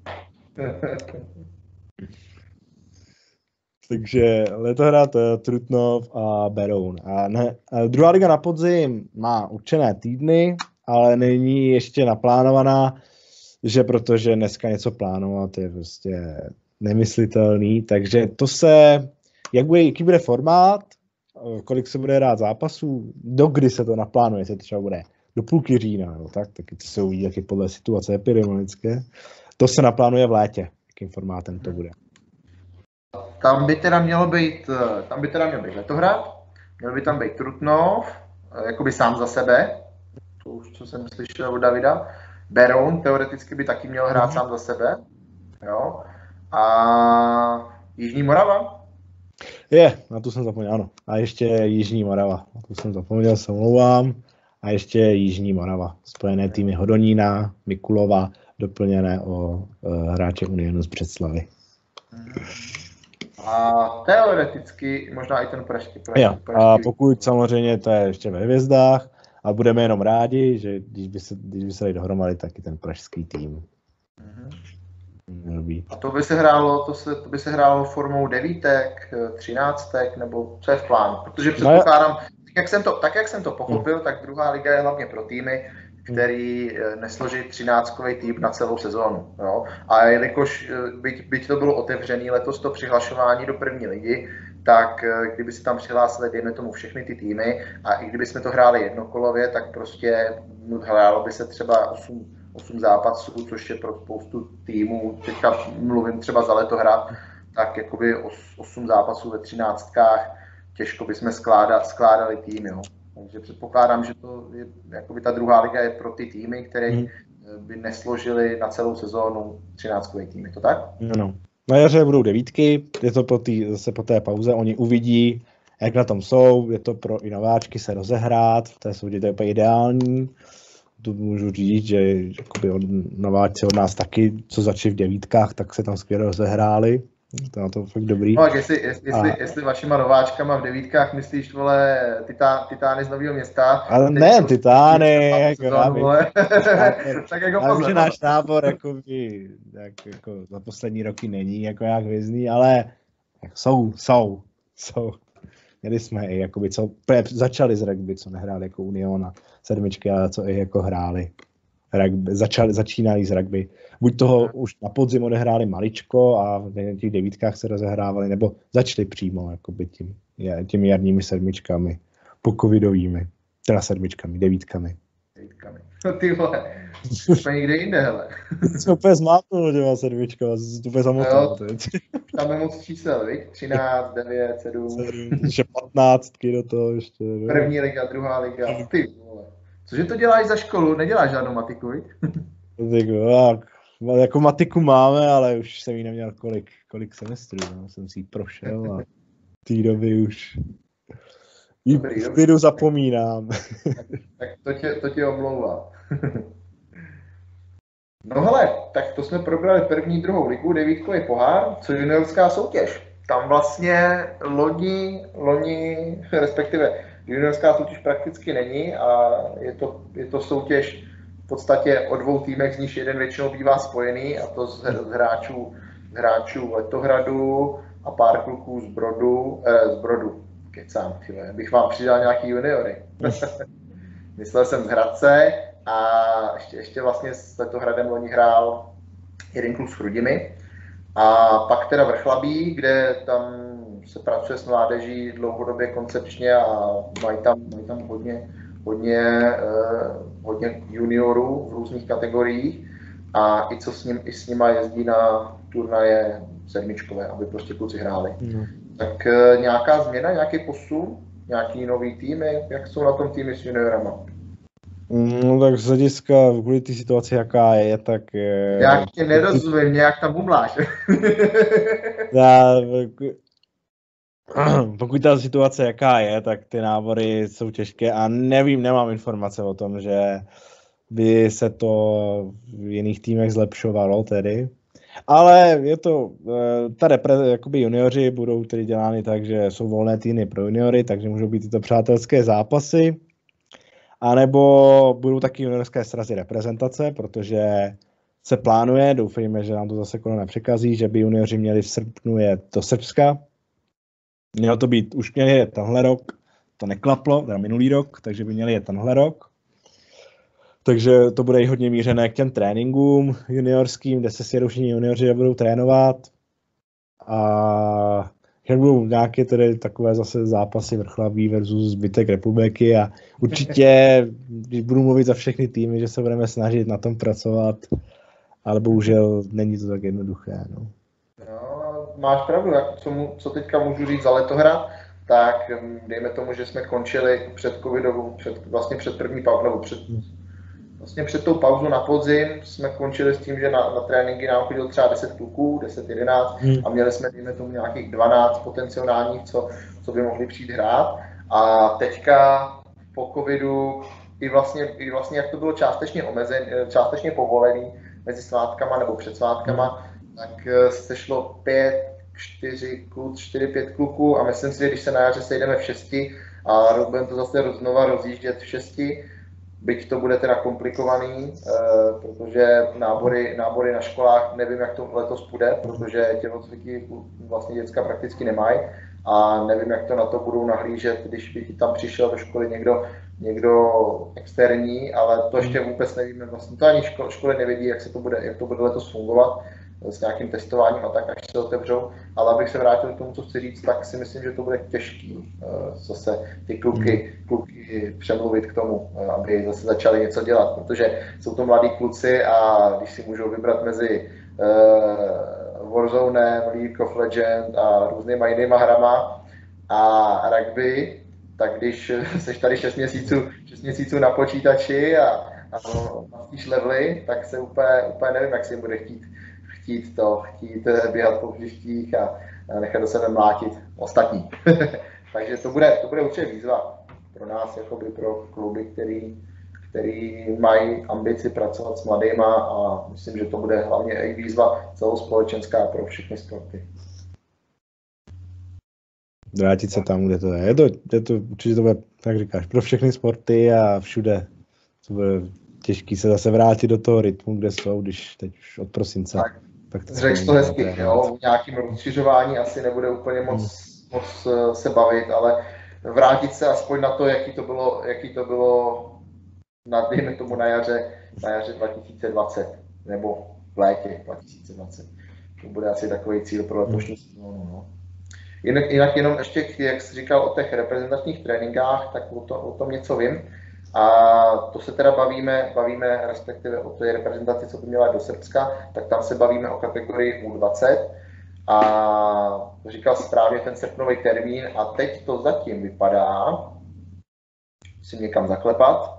Takže Letohrad, Trutnov a Beroun. A ne, a druhá liga na podzim má určené týdny, ale není ještě naplánovaná, že protože dneska něco plánovat je prostě nemyslitelný. Takže to se, jak bude, jaký bude formát, kolik se bude hrát zápasů, do kdy se to naplánuje, se to třeba bude do půlky října, no, tak, taky to se uvidí, jak je podle situace epidemiologické. To se naplánuje v létě, jakým formátem to bude. Tam by teda mělo být, tam by teda měl být Letohrad, měl by tam být Trutnov, jakoby sám za sebe, to už co jsem slyšel od Davida. Beroun teoreticky by taky měl hrát mm. sám za sebe, jo. A Jižní Morava? Je, na to jsem zapomněl, ano. A ještě Jižní Morava, na to jsem zapomněl, se omlouvám. A ještě Jižní Morava, spojené týmy Hodonína, Mikulova, doplněné o uh, hráče Unionu z Břeclavi. A teoreticky možná i ten pražský. pražský, Jo, pražský a pokud samozřejmě to je ještě ve hvězdách, a budeme jenom rádi, že když by se, když by se dali dohromady, tak i ten pražský tým. Mm-hmm. A to by se hrálo, to, se, to by se hrálo formou devítek, třináctek, nebo co je v plánu? Protože předpokládám, tak jak jsem to, tak jak jsem to pochopil, mm. tak druhá liga je hlavně pro týmy, který nesloží třináctkový tým na celou sezónu. Jo? A jelikož byť, byť to bylo otevřený letos to přihlašování do první ligy, tak kdyby si tam přihlásili, dejme tomu, všechny ty týmy a i kdyby jsme to hráli jednokolově, tak prostě hrálo by se třeba osm, osm zápasů, což je pro spoustu týmů, teďka mluvím třeba za Letohrad, tak jakoby osm zápasů ve třináctkách, těžko bychom skládat, skládali týmy. Jo. Takže předpokládám, že to je, jakoby ta druhá liga je pro ty týmy, které hmm. by nesložili na celou sezónu třináctkové týmy, to tak? No, no. Na jaře budou devítky, je to po tý, zase po té pauze, oni uvidí, jak na tom jsou, je to pro i nováčky se rozehrát, v té soudě to je úplně ideální. Tu můžu říct, že jakoby od, nováčci od nás taky, co začali v devítkách, tak se tam skvěle rozehráli. To na to fakt dobrý. No, jestli, jestli, a... jestli vašima nováčkama v devítkách myslíš, vole, titá, Titány z Nového Města. Ale ne, Titány, jako sezónu, tak jako pozor. Že náš tábor jako, by, jak, jako za poslední roky není jako jak hvězdný, ale jako jsou, jsou, jsou. Měli jsme i, jakoby, co začali z rugby, co nehráli jako Uniona sedmičky, ale co i jako hráli. Rugby, začali, začínali z rugby. Buď toho už na podzim odehráli maličko a v těch devítkách se rozehrávali, nebo začali přímo jakoby tím, těmi jarními sedmičkami, po covidovými, teda sedmičkami, devítkami. Devítkami. No ty vole, jsme někde jinde, hele. Jsme úplně zmátnul těma sedmičkama, jsem úplně zamotal. Tam je moc čísel, viď? třináct, devět, sedm. Ještě patnáctky do toho ještě. První liga, druhá liga, ty vole. Cože to děláš za školu? Neděláš žádnou matiku, viď? Tak, jako matiku máme, ale už jsem ji neměl kolik, kolik semestrů, no. Jsem si ji prošel a té doby už dobrý, v klidu zapomínám. Tak, tak to tě, to tě omlouvá. No hele, tak to jsme probrali první, druhou ligu, devítkový pohár, co juniorská soutěž. Tam vlastně loni, loni, respektive juniorská soutěž prakticky není a je to, je to soutěž v podstatě o dvou týmech, z nich jeden většinou bývá spojený, a to z, z hráčů, z hráčů Letohradu a pár kluků z Brodu, eh, z Brodu, kecám, tyhle, bych vám přidal nějaký juniory. Myslel jsem z Hradce a ještě, ještě vlastně s Letohradem loni hrál jeden kluk s Chrudimi a pak teda Vrchlabí, kde tam se pracuje s mládeží dlouhodobě koncepčně a mají tam, mají tam hodně, hodně, eh, hodně juniorů v různých kategoriích a i co s, ním, i s nima jezdí na turnaje sedmičkové, aby prostě kluci hráli. Mm. Tak eh, nějaká změna, nějaký posun, nějaký nový týmy, jak jsou na tom týmy s juniorama? No tak z hlediska kvůli té situaci, jaká je, tak... Je... Já tě nerozumím, nějak tam bumláš. Já, pokud ta situace jaká je, tak ty nábory jsou těžké a nevím, nemám informace o tom, že by se to v jiných týmech zlepšovalo tedy. Ale je to, ta repre, jakoby junioři budou tedy dělány tak, že jsou volné týmy pro juniory, takže můžou být tyto přátelské zápasy. A nebo budou taky juniorské srazy reprezentace, protože se plánuje, doufejme, že nám to zase korona nepřekazí, že by junioři měli v srpnu jet do Srbska. Mělo to být, už měli jet tenhle rok, to neklaplo, teda minulý rok, takže by měli jet tenhle rok. Takže to bude i hodně mířené k těm tréninkům juniorským, kde se sjedou všichni junioři a budou trénovat. A jak budou nějaké tedy takové zase zápasy Vrchlabí versus zbytek republiky a určitě, když budu mluvit za všechny týmy, že se budeme snažit na tom pracovat, ale bohužel není to tak jednoduché. No. No, máš pravdu, co, mu, co teďka můžu říct za Letohrad, tak dejme tomu, že jsme končili před covidovou, před, vlastně před první pauzou, nebo před, vlastně před tou pauzou na podzim jsme končili s tím, že na, na tréninky nám chodilo třeba deset kluků, deset jedenáct hmm. a měli jsme, dejme tomu, nějakých dvanáct potenciálních, co, co by mohli přijít hrát. A teďka po covidu i vlastně, i vlastně jak to bylo částečně omezený, částečně povolený, mezi svátkama nebo před svátkama, tak se šlo pět, čtyři kluk, čtyři, pět kluků a myslím si, že když se na jaře sejdeme v šesti a budeme to zase znova rozjíždět v šesti, byť to bude teda komplikovaný, protože nábory, nábory na školách, nevím, jak to letos bude, protože tělocviky vlastně děcka prakticky nemají a nevím, jak to na to budou nahlížet, když by ti tam přišel do školy někdo, někdo externí, ale to ještě vůbec nevíme, vlastně to ani školy, školy nevědí, jak, se to bude, jak to bude letos fungovat s nějakým testováním a tak, až se otevřou, ale abych se vrátil k tomu, co chci říct, tak si myslím, že to bude těžký zase ty kluky, kluky přemluvit k tomu, aby zase začali něco dělat, protože jsou to mladí kluci a když si můžou vybrat mezi uh, Warzone, League of Legends a různýma jinýma hrama a rugby, tak když seš tady šest měsíců, šest měsíců na počítači a, a mastíš levely, tak se úplně, úplně nevím, jak si jim bude chtít chtít to, chtít běhat po hřištích a, a nechat do sebe mlátit ostatní. Takže to bude, to bude určitě výzva pro nás, jakoby pro kluby, který, který mají ambici pracovat s mladýma a myslím, že to bude hlavně i výzva celospolečenská pro všechny sporty. Vrátit se tam, kde to je. Je to, je to určitě to bude, tak říkáš, pro všechny sporty a všude. To bude těžký se zase vrátit do toho rytmu, kde jsou, když teď už od prosince. Tak. Řekl to hezky, jo, v nějakým rozšiřování asi nebude úplně moc, hmm. moc se bavit, ale vrátit se aspoň na to, jaký to bylo, jaký to bylo na, dejme tomu na jaře, na jaře dva tisíce dvacet, nebo v létě dva tisíce dvacet. To bude asi takový cíl pro letošní sezónu. No. Jinak, jinak jenom ještě, jak jsi říkal o těch reprezentačních tréninkách, tak o, to, o tom něco vím. A to se teda bavíme, bavíme respektive o té reprezentaci, co by měla do Srbska, tak tam se bavíme o kategorii U dvacet a říkal správně ten srpnový termín a teď to zatím vypadá, musím někam zaklepat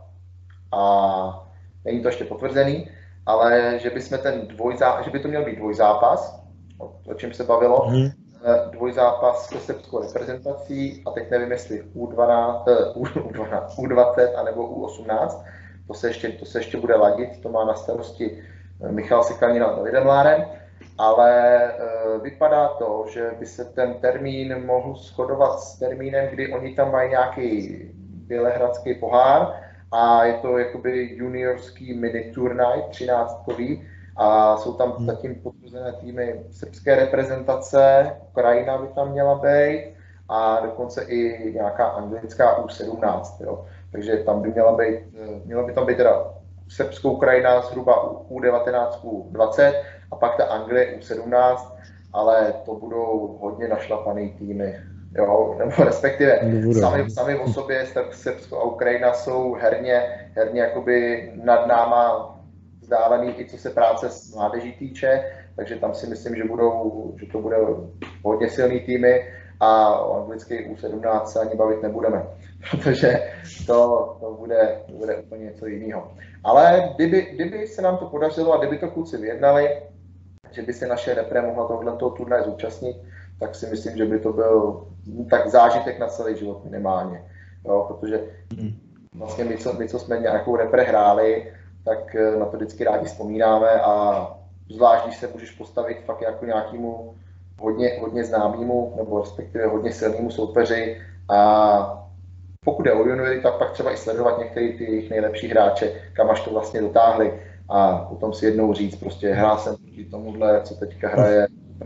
a není to ještě potvrzený, ale že by, jsme ten dvojzá, že by to měl být dvojzápas, o, o čem se bavilo, mm. dvojzápas se srbskou reprezentací a teď nevím, jestli U dvanáct, U dvanáct, U dvacet anebo U osmnáct, to se, ještě, to se ještě bude ladit, to má na starosti Michal Sikanina a Davidem Lárem, ale e, vypadá to, že by se ten termín mohl shodovat s termínem, kdy oni tam mají nějaký bělehradský pohár a je to jakoby juniorský mini turnaj, třináctkový, a jsou tam zatím potvrzené týmy srbské reprezentace, Ukrajina by tam měla být a dokonce i nějaká anglická U sedmnáct. Jo. Takže tam by měla být, měla by tam být teda srbskou Ukrajina zhruba U devatenáct, U dvacet a pak ta Anglie U sedmnáct, ale to budou hodně našlapaný týmy. Jo, nebo respektive sami, sami o sobě Srbsko a Ukrajina jsou herně, herně jakoby nad náma vzdálený, i co se práce s mládeží týče, takže tam si myslím, že, budou, že to bude hodně silný týmy a o anglické U sedmnáct se ani bavit nebudeme, protože to, to, bude, to bude úplně něco jiného. Ale kdyby, kdyby se nám to podařilo a kdyby to kluci vyjednali, že by se naše repre mohla tohoto turnaje zúčastnit, tak si myslím, že by to byl tak zážitek na celý život minimálně. Jo, protože vlastně my, co, my, co jsme nějakou repre hráli, tak na to vždycky rádi vzpomínáme a zvlášť, když se můžeš postavit fakt jako nějakému hodně, hodně známému nebo respektive hodně silnému soupeři a pokud je o juniory, tak pak třeba i sledovat některé ty jejich nejlepší hráče, kam až to vlastně dotáhli a potom si jednou říct, prostě hrál jsem proti tomuhle, co teďka hraje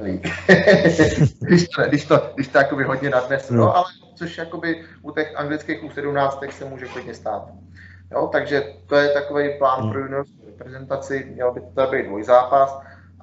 když, to, když to, když to jakoby hodně nadnesu, no, ale což jakoby u těch anglických U sedmnáct se může hodně stát. Jo, takže to je takový plán pro juniorskou reprezentaci, měl by to být dvojzápas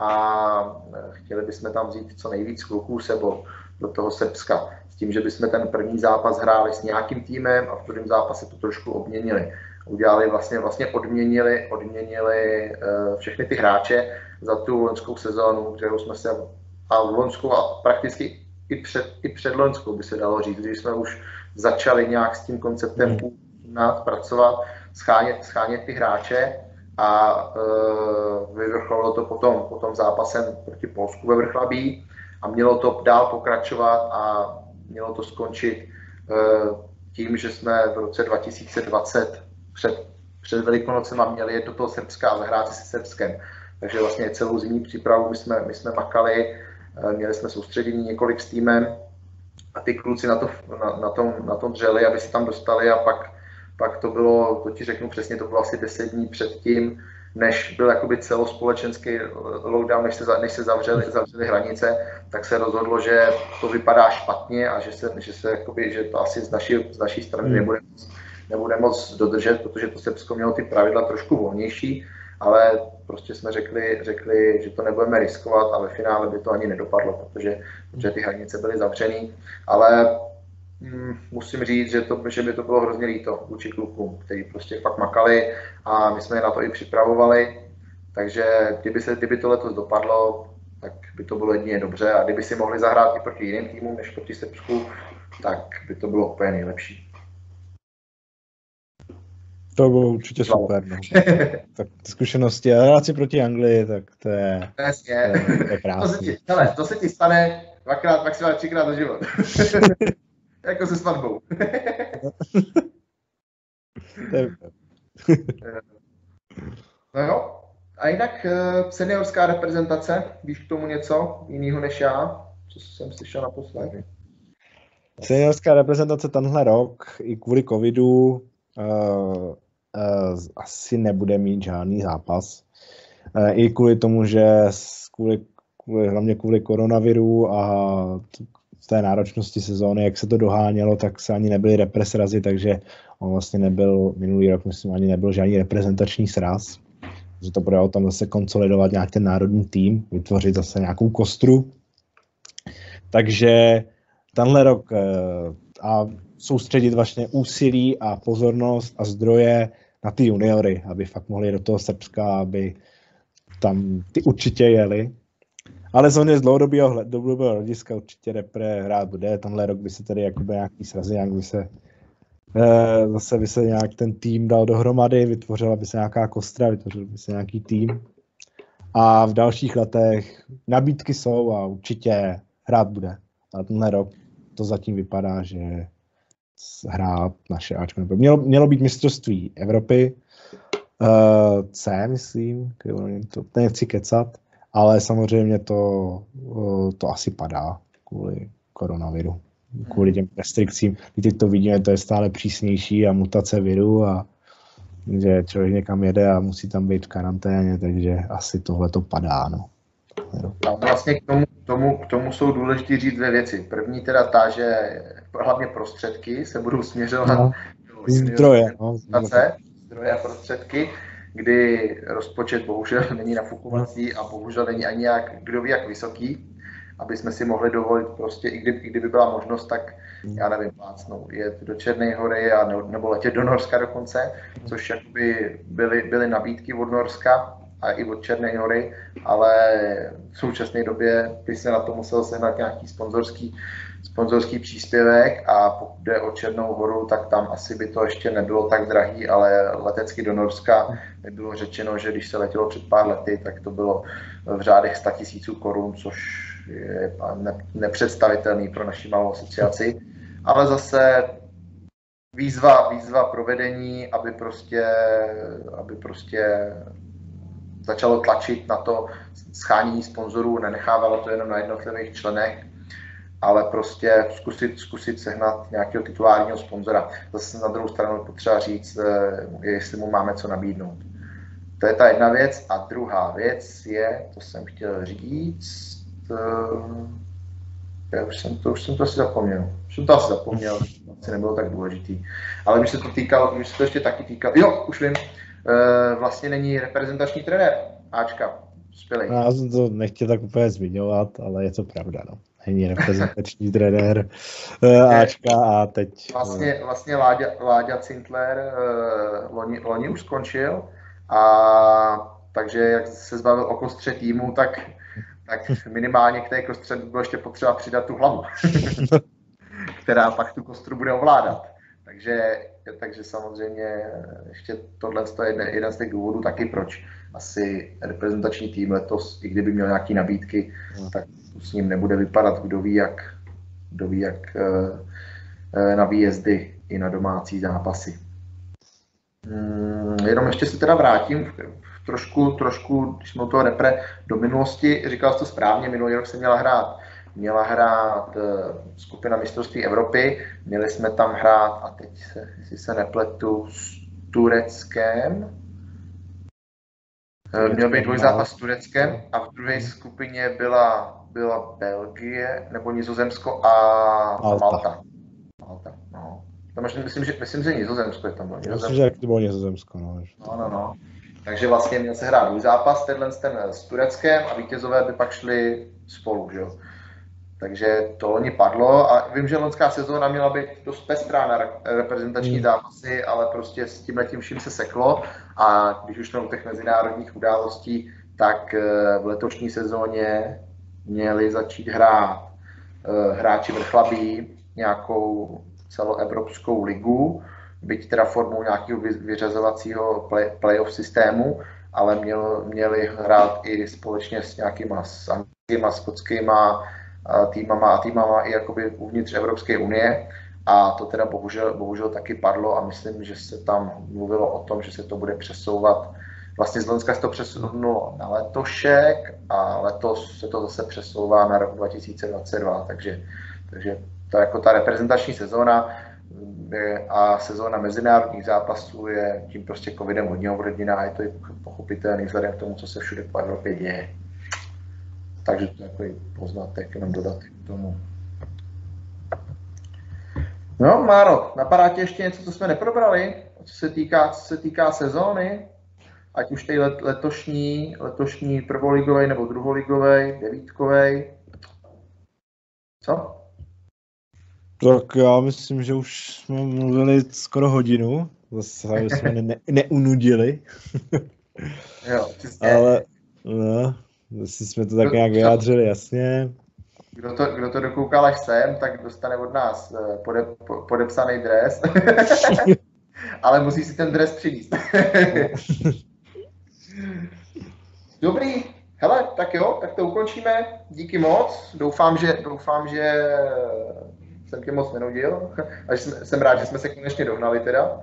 a chtěli bychom tam vzít co nejvíc kluků sebou do toho Srbska. S tím, že bychom ten první zápas hráli s nějakým týmem a v prvním zápase to trošku obměnili. Udělali vlastně, vlastně odměnili, odměnili uh, všechny ty hráče za tu loňskou sezónu, kterou jsme se a loňskou a prakticky i před, i před loňskou by se dalo říct, když jsme už začali nějak s tím konceptem mm. pracovat, schánět, schánět ty hráče a uh, vyvrcholilo to potom, potom zápasem proti Polsku ve Vrchlabí a mělo to dál pokračovat a mělo to skončit uh, tím, že jsme v roce dva tisíce dvacet před, před Velikonocema měli jet do toho Srbska a zahrát si se Srbskem. takže vlastně celou zimní přípravu my jsme, my jsme makali, měli jsme soustředění několik s týmem a ty kluci na, to, na, na, tom, na tom dřeli, aby se tam dostali a pak, pak to bylo, to ti řeknu přesně, to bylo asi deset dní před tím, než byl jakoby celospolečenský lockdown, než se, než se zavřely, zavřely hranice, tak se rozhodlo, že to vypadá špatně a že, se, že, se, jakoby, že to asi z naší, z naší strany hmm. nebude, nebude moc dodržet, protože to Srbsko mělo ty pravidla trošku volnější, ale prostě jsme řekli, řekli, že to nebudeme riskovat a ve finále by to ani nedopadlo, protože, protože ty hranice byly zavřený, ale mm, musím říct, že, to, že by to bylo hrozně líto vůči klukům, kteří prostě fakt makali a my jsme je na to i připravovali, takže kdyby, se, kdyby to letos dopadlo, tak by to bylo jedině dobře a kdyby si mohli zahrát i proti jiným týmům než proti Srbsku, tak by to bylo úplně nejlepší. To bylo určitě super. No. Tak ty zkušenosti a hrát si proti Anglii, tak to je, to je, to je krásný. To se, ti, hele, to se ti stane dvakrát, maximálně třikrát do života. Jako se svatbou. No jo. A jinak seniorská reprezentace, víš k tomu něco jiného než já, co jsem slyšel naposledy? Seniorská reprezentace tenhle rok i kvůli covidu Uh, uh, asi nebude mít žádný zápas. Uh, I kvůli tomu, že kvůli, kvůli, hlavně kvůli koronaviru a v té náročnosti sezóny, jak se to dohánělo, tak se ani nebyly represrazy, takže on vlastně nebyl, minulý rok myslím, ani nebyl žádný reprezentační sraz. Že to bude o tom zase konsolidovat nějak ten národní tým, vytvořit zase nějakou kostru. Takže tenhle rok uh, a soustředit vlastně úsilí a pozornost a zdroje na ty juniory, aby fakt mohli do toho Srbska, aby tam ty určitě jeli. Ale zóně z dlouhodobého, dlouhodobého hlediska určitě repre hrát bude. Tenhle rok by se tady jakoby nějaký srazy, nějak by se eh, zase by se nějak ten tým dal dohromady, vytvořila by se nějaká kostra, vytvořil by se nějaký tým. A v dalších letech nabídky jsou a určitě hrát bude. A tenhle rok to zatím vypadá, že hrát naše Ačko. Mělo, mělo být mistrovství Evropy, uh, C, myslím, to nechci kecat, ale samozřejmě to, uh, to asi padá kvůli koronaviru, kvůli těm restrikcím. Teď to vidíme, to je stále přísnější a mutace viru a že člověk někam jede a musí tam být v karanténě, takže asi tohle to padá, no. A vlastně k tomu, k tomu, k tomu jsou důležité říct dvě věci. První teda ta, že hlavně prostředky se budou směřovat no, do zdroje, no, zdroje a prostředky, kdy rozpočet bohužel není nafukovací a bohužel není ani jak, kdo ví jak vysoký, aby jsme si mohli dovolit prostě, i kdyby, i kdyby byla možnost, tak já nevím, plácnou, jet do Černé Hory a ne, nebo letět do Norska dokonce, což jakoby byly, byly nabídky od Norska a i od Černé Hory, ale v současné době by se na to musel sehnat nějaký sponzorský, sponzorský příspěvek a pokud jde o Černou Horu, tak tam asi by to ještě nebylo tak drahý, ale letecky do Norska mi bylo řečeno, že když se letělo před pár lety, tak to bylo v řádech sta tisíců korun, což je nepředstavitelný pro naši malou asociaci, ale zase výzva, výzva provedení, aby prostě, aby prostě začalo tlačit na to shánění sponzorů, nenechávalo to jenom na jednotlivých členech, ale prostě zkusit, zkusit sehnat nějakého titulárního sponzora. Zase na druhou stranu potřeba říct, jestli mu máme co nabídnout. To je ta jedna věc. A druhá věc je, to jsem chtěl říct, já už jsem to, už jsem to asi zapomněl. Už jsem to asi zapomněl, asi nebylo tak důležitý. Ale už se to týkalo, už se to ještě taky týkalo, jo, už vím, vlastně není reprezentační trenér Ačka, spělej. No, já jsem to nechtěl tak úplně zmiňovat, ale je to pravda, no. Není reprezentační trenér Ačka a teď... Vlastně, vlastně Láďa, Láďa Cintler loni, loni už skončil a takže jak se zbavil o kostře týmu, tak, tak minimálně k té kostře by bylo ještě potřeba přidat tu hlavu, která pak tu kostru bude ovládat. Takže, takže samozřejmě ještě tohle je jeden, jeden z těch důvodů taky, proč asi reprezentační tým letos, i kdyby měl nějaké nabídky, tak s ním nebude vypadat, kdo ví jak, kdo ví jak na výjezdy i na domácí zápasy. Hmm, jenom ještě se teda vrátím v trošku, trošku, když jsme u toho repre, do minulosti, říkal jsi to správně, minulý rok se měla hrát, měla hrát skupina mistrovství Evropy, měli jsme tam hrát, a teď se, jestli se nepletu, s Tureckem, měl být dvojzápas s Tureckem a v druhé skupině byla, byla Belgie nebo Nizozemsko a Malta. Malta. Malta, no. Tam možná, myslím, že, myslím, že Nizozemsko je tam bylo. Myslím, že to bylo Nizozemsko, no. No, no, no. Takže vlastně měl se hrát dvojzápas, tenhle ten s Tureckem a vítězové by pak šli spolu, že jo. Takže to loni padlo a vím, že loňská sezóna měla být dost pestrá na reprezentační Hmm. zápasy, ale prostě s tímhletím vším se seklo a když už jsme u těch mezinárodních událostí, tak v letošní sezóně měli začít hrát hráči vrchlabí nějakou celoevropskou ligu, byť teda formou nějakého vyřazovacího play, playoff systému, ale měl, měli hrát i společně s nějakýma s anglickýma, skotskýma týmama a týmama i jakoby uvnitř Evropské unie. A to teda bohužel, bohužel taky padlo a myslím, že se tam mluvilo o tom, že se to bude přesouvat. Vlastně z Loňska se to přesunulo na letošek a letos se to zase přesouvá na rok dva tisíce dvacet dva, takže, takže to jako ta reprezentační sezóna a sezóna mezinárodních zápasů je tím prostě covidem hodně ovlivněná a je to i pochopitelný vzhledem k tomu, co se všude po Evropě děje. Takže to je takový poznatek, jenom dodat k tomu. No, Máro, napadá ti ještě něco, co jsme neprobrali, co se týká, co se týká sezóny? Ať už tej let, letošní, letošní prvoligovej nebo druholigovej, devítkovej. Co? Tak já myslím, že už jsme mluvili skoro hodinu, zase aby jsme ne, neunudili. Jo, přesně. Ale no, jestli jsme to tak nějak vyjádřili jasně. Kdo to, kdo to dokoukal až sem, tak dostane od nás pode, podepsaný dres. Ale musí si ten dres přinést. Dobrý, hele, tak jo, tak to ukončíme. Díky moc. Doufám, že, doufám, že jsem tě moc nenudil. A jsem, jsem rád, že jsme se konečně dohnali teda.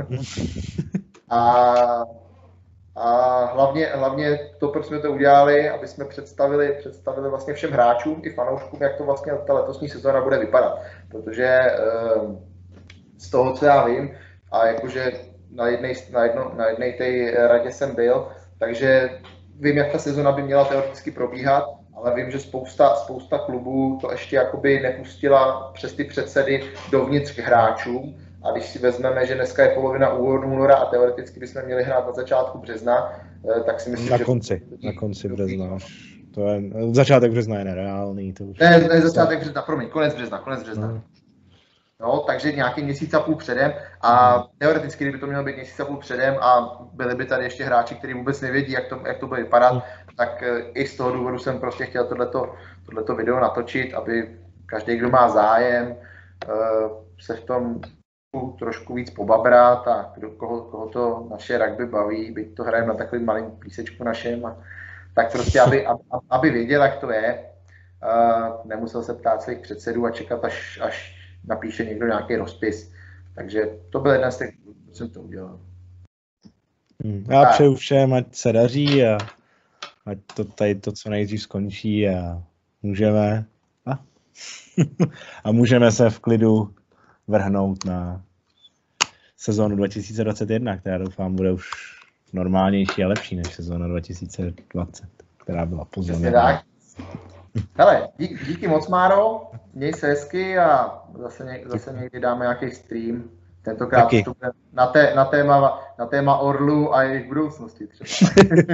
a A hlavně, hlavně to, proč jsme to udělali, aby jsme představili, představili vlastně všem hráčům i fanouškům, jak to vlastně ta letosní sezóna bude vypadat. Protože z toho, co já vím, a jakože na jedné na jedno, na jednej té radě jsem byl, takže vím, jak ta sezóna by měla teoreticky probíhat, ale vím, že spousta, spousta klubů to ještě jakoby nepustila přes ty předsedy dovnitř k hráčům. A když si vezmeme, že dneska je polovina února a teoreticky bychom měli hrát na začátku března, tak si myslím, na že... konci, na konci března. To je, začátek března je nereálný. To už... Ne, ne, začátek března, promiň, konec března, konec března. No. No, takže nějaký měsíc a půl předem a teoreticky, kdyby to mělo být měsíc a půl předem a byli by tady ještě hráči, kteří vůbec nevědí, jak to, jak to bude vypadat, mm. tak i z toho důvodu jsem prostě chtěl tohleto, tohleto video natočit, aby každý, kdo má zájem, se v tom trošku víc pobabrat a kdo, koho, koho to naše rugby baví, byť to hrajeme na takovým malým písečku našem, a, tak prostě, aby, aby, aby věděl, jak to je, uh, nemusel se ptát svých předsedů a čekat, až, až napíše někdo nějaký rozpis. Takže to byl jeden z těch, co jsem to udělal. Hmm, já tak. Přeju všem, ať se daří a ať to tady to co nejdřív skončí a můžeme a, a můžeme se v klidu vrhnout na sezónu dva tisíce dvacet jedna, která doufám bude už normálnější a lepší než sezóna dva tisíce dvacet, která byla pozorná. Hele, díky, díky moc, Máro, měj se hezky a zase, něk, zase někdy dáme nějaký stream, tentokrát na, té, na, téma, na téma Orlu a jejich budoucnosti třeba.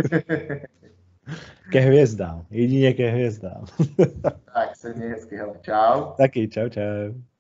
Ke hvězdám, jedině ke hvězdám. Tak se měj hezky, hele, čau. Taky, čau, čau.